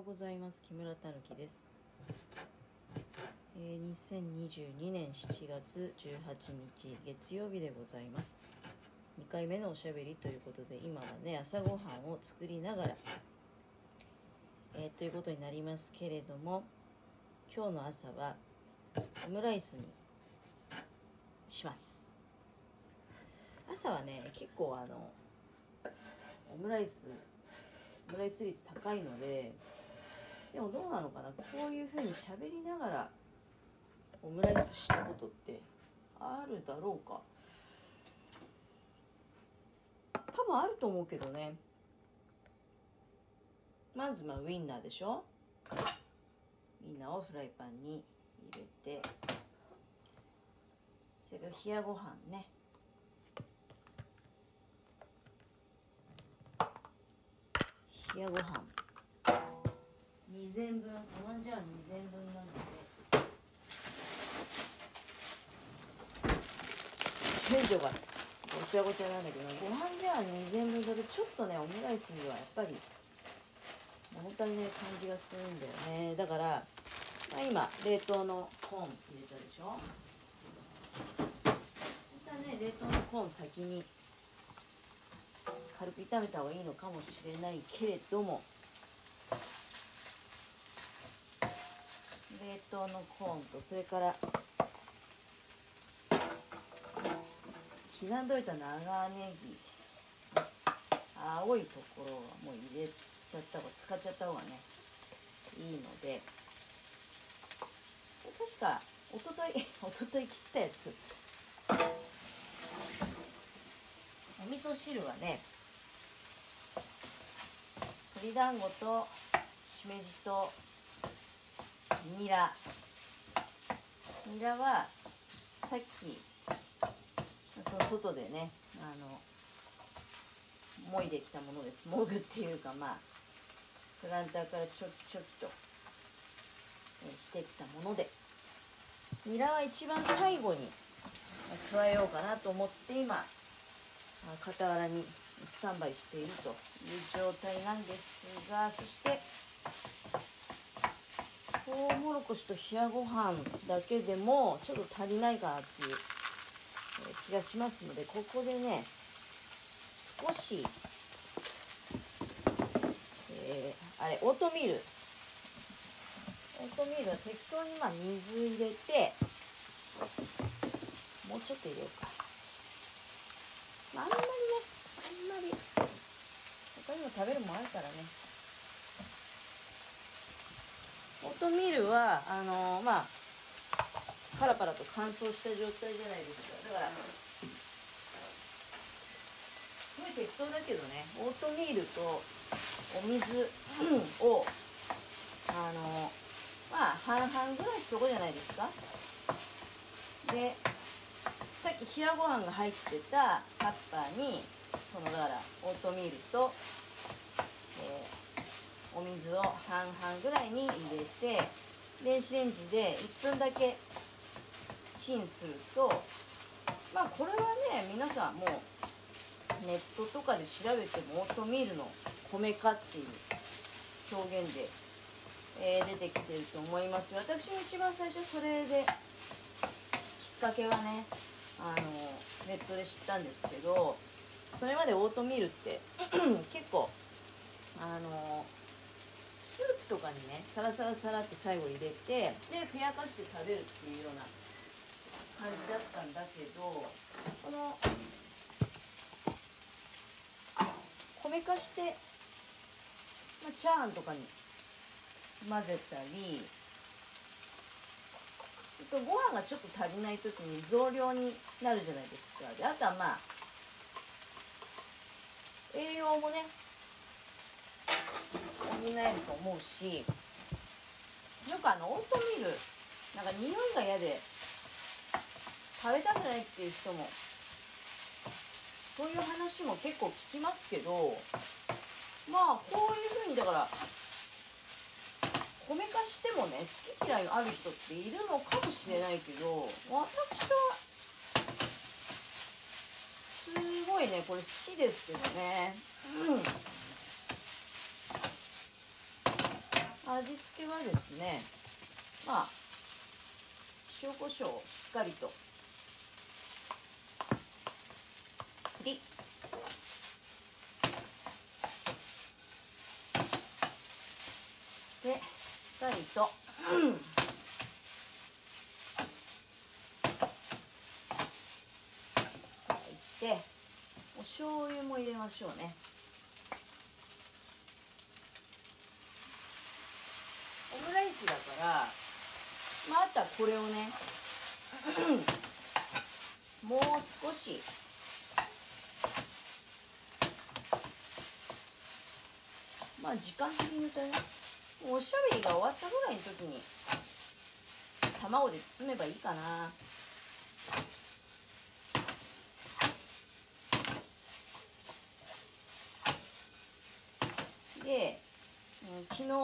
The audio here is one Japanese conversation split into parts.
ございます。木村たぬきです。2022年7月18日月曜日でございます。2回目のおしゃべりということで、今はね朝ごはんを作りながら、ということになりますけれども、今日の朝はオムライスにします。朝はね結構オムライス率高いので、でもどうなのかな、こういう風に喋りながらオムライスしたことってあるだろうか。多分あると思うけどね。まずウインナーでしょ。ウインナーをフライパンに入れて、それから冷やご飯ね、冷やご飯2膳分、おまんじゃん2膳分なので、麺所がごちゃごちゃなんだけど、ごまんじゃん2膳分だとちょっとね、オムライスにはやっぱり物足りない感じがするんだよね。だから、今冷凍のコーン入れたでしょ。本当はね、冷凍のコーン先に軽く炒めた方がいいのかもしれないけれども、冷凍のコーンと、それから刻んどいた長ネギ、青いところはもう入れちゃった方が、使っちゃった方がねいいので、確か一昨日切ったやつ。お味噌汁はね、鶏団子としめじとニラはさっきその外でねもいできたものです。もぐっていうか、プランターからちょっとしてきたもので、ニラは一番最後に加えようかなと思って今傍らにスタンバイしているという状態なんですが、そしてトウモロコシと冷やご飯だけでもちょっと足りないかなっていう気がしますので、ここでね少しオートミールは適当に水入れて、もうちょっと入れようか。あんまり他にも食べるもんあるからね。オートミールはパラパラと乾燥した状態じゃないですか。だからすごい適当だけどね、オートミールとお水を半々ぐらいってとこじゃないですか。で、さっき冷やご飯が入ってたタッパーにだからオートミールと、お水を半々ぐらいに入れて、電子レンジで1分だけチンすると、これはね、皆さんもうネットとかで調べてもオートミールの米化っていう表現で、出てきてると思います。私も一番最初それできっかけはね、ネットで知ったんですけど、それまでオートミールって結構スープとかにねサラサラって最後入れて、でふやかして食べるっていうような感じだったんだけど、この米化して、チャーハンとかに混ぜたり、ご飯がちょっと足りない時に増量になるじゃないですか。で、あとは栄養もね補えると思うし、よくオートミール匂いが嫌で食べたくないっていう人も、そういう話も結構聞きますけど、こういう風にだから米化してもね好き嫌いある人っているのかもしれないけど、私はすごいねこれ好きですけどね。 味付けはですね、まあ塩コショウをしっかりと振り、でしっかりといって、お醤油も入れましょうね。オムライスだから、まあ、あとはこれをねもう少しまあ時間的に言うとね、おしゃべりが終わったぐらいの時に卵で包めばいいかな。で、昨日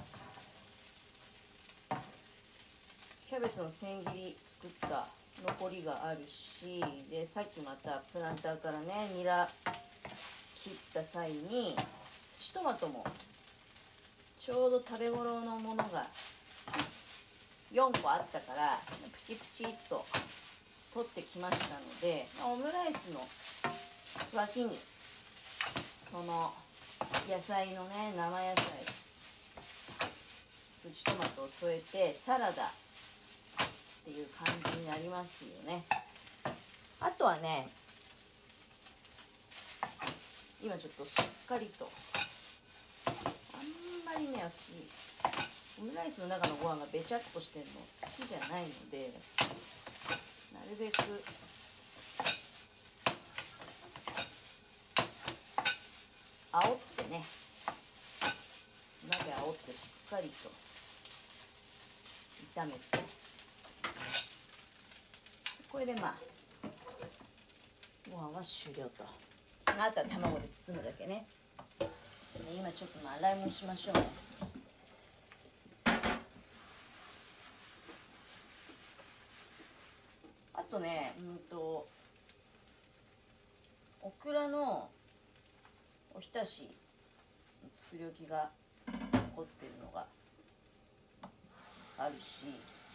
キャベツの千切り作った残りがあるし、でさっきまたプランターからねニラ切った際にプチトマトもちょうど食べ頃のものが4個あったからプチプチっと取ってきましたので、オムライスの脇にその野菜のね、生野菜プチトマトを添えてサラダっていう感じになりますよね。あとはね、今ちょっとしっかりと、あんまりね私オムライスの中のご飯がべちゃっとしてるの好きじゃないので、なるべく煽ってね、鍋煽ってしっかりと炒めて、これでまあご飯は終了と。あとは卵で包むだけね。今ちょっと洗い物しましょうね。あとね、オクラのおひたし作り置きが残ってるのがあるし、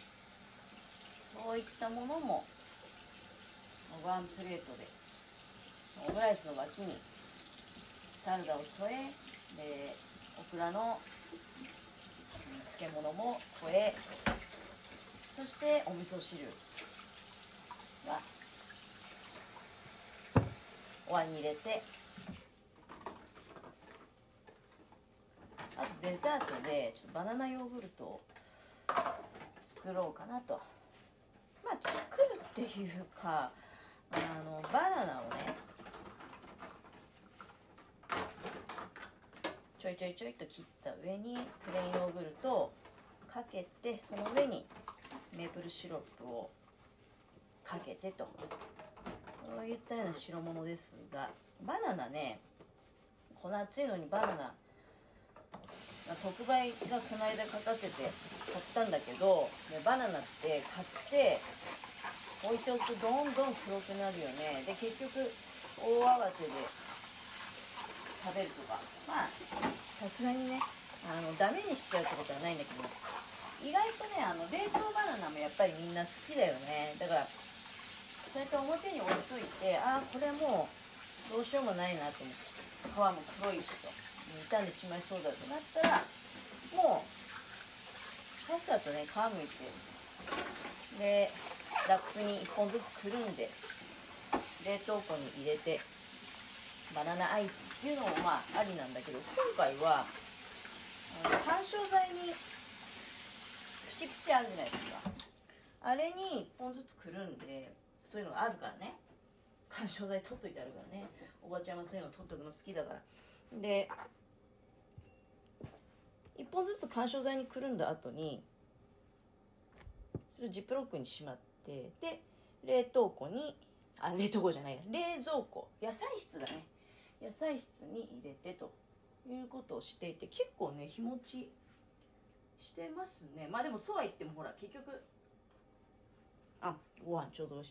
そういったものもワンプレートでオムライスの脇にサラダを添え、でオクラの漬物も添え、そしてお味噌汁がお椀に入れて、あとデザートでちょっとバナナヨーグルトを作ろうかなと。まあ作るっていうか、バナナをねちょいちょいちょいと切った上にプレーンヨーグルトをかけて、その上にメープルシロップをかけてと、こういったような代物ですが、バナナね、この暑いのにバナナ特売がこの間かかってて買ったんだけど、バナナって買って置いておくとどんどん黒くなるよね。で結局大慌てで食べるとか、まあさすがにねダメにしちゃうってことはないんだけど、意外とね冷凍バナナもやっぱりみんな好きだよね。だからそれと表に置いといて、これもうどうしようもないなと思って、皮も黒いしと傷んでしまいそうだとなったら、もうさっさとね皮むいて、でラップに1本ずつくるんで冷凍庫に入れてバナナアイスっていうのもまあありなんだけど、今回は緩衝材にプチプチあるじゃないですか。あれに1本ずつくるんで、そういうのがあるからね、緩衝材取っといてあるからね。おばちゃんはそういうの取っとくの好きだから。で1本ずつ緩衝材にくるんだ後にそれをジップロックにしまって、で冷凍庫に冷凍庫じゃないや、冷蔵庫、野菜室だね、野菜室に入れてということをしていて、結構ね日持ちしてますね。まあでもそうは言ってもほら結局ご飯ちょうど美味しい。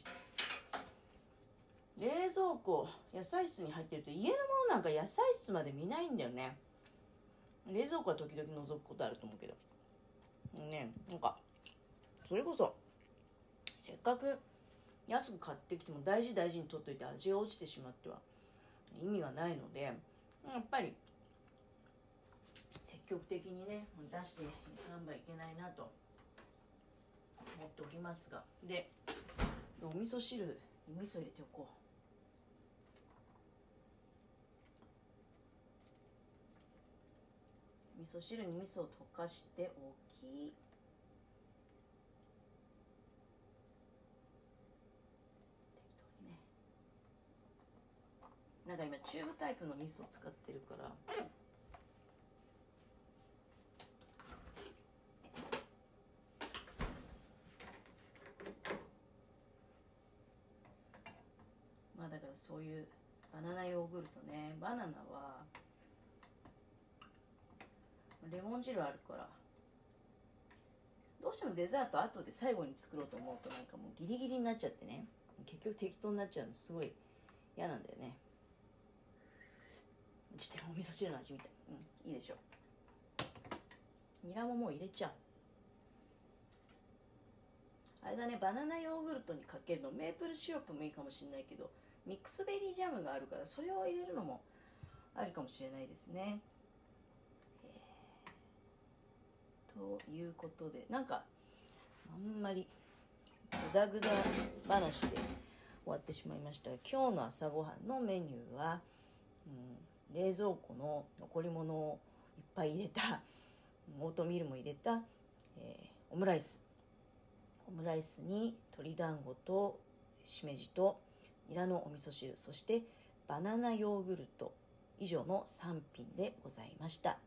冷蔵庫野菜室に入ってると家のものなんか野菜室まで見ないんだよね。 冷蔵庫は時々覗くことあると思うけどね、なんかそれこそせっかく安く買ってきても大事に取っといて味が落ちてしまっては意味がないので、やっぱり積極的にね出していかんばいけないなと思っておりますが、でお味噌汁に味噌入れておこう。味噌汁に味噌を溶かしておき、なんか今チューブタイプの味噌を使ってるからまあだからそういうバナナヨーグルトね、バナナはレモン汁あるからどうしてもデザート後で最後に作ろうと思うとなんかもうギリギリになっちゃってね、結局適当になっちゃうのすごい嫌なんだよね。ちょっとお味噌汁の味みたい、いいでしょう。ニラももう入れちゃう。あれだね、バナナヨーグルトにかけるのメープルシロップもいいかもしれないけど、ミックスベリージャムがあるからそれを入れるのもありかもしれないですね。ということで、なんかあんまりグダグダ話で終わってしまいましたが、今日の朝ごはんのメニューは、冷蔵庫の残り物をいっぱい入れたオートミールも入れた、オムライスに鶏団子としめじとニラのお味噌汁、そしてバナナヨーグルト、以上の3品でございました。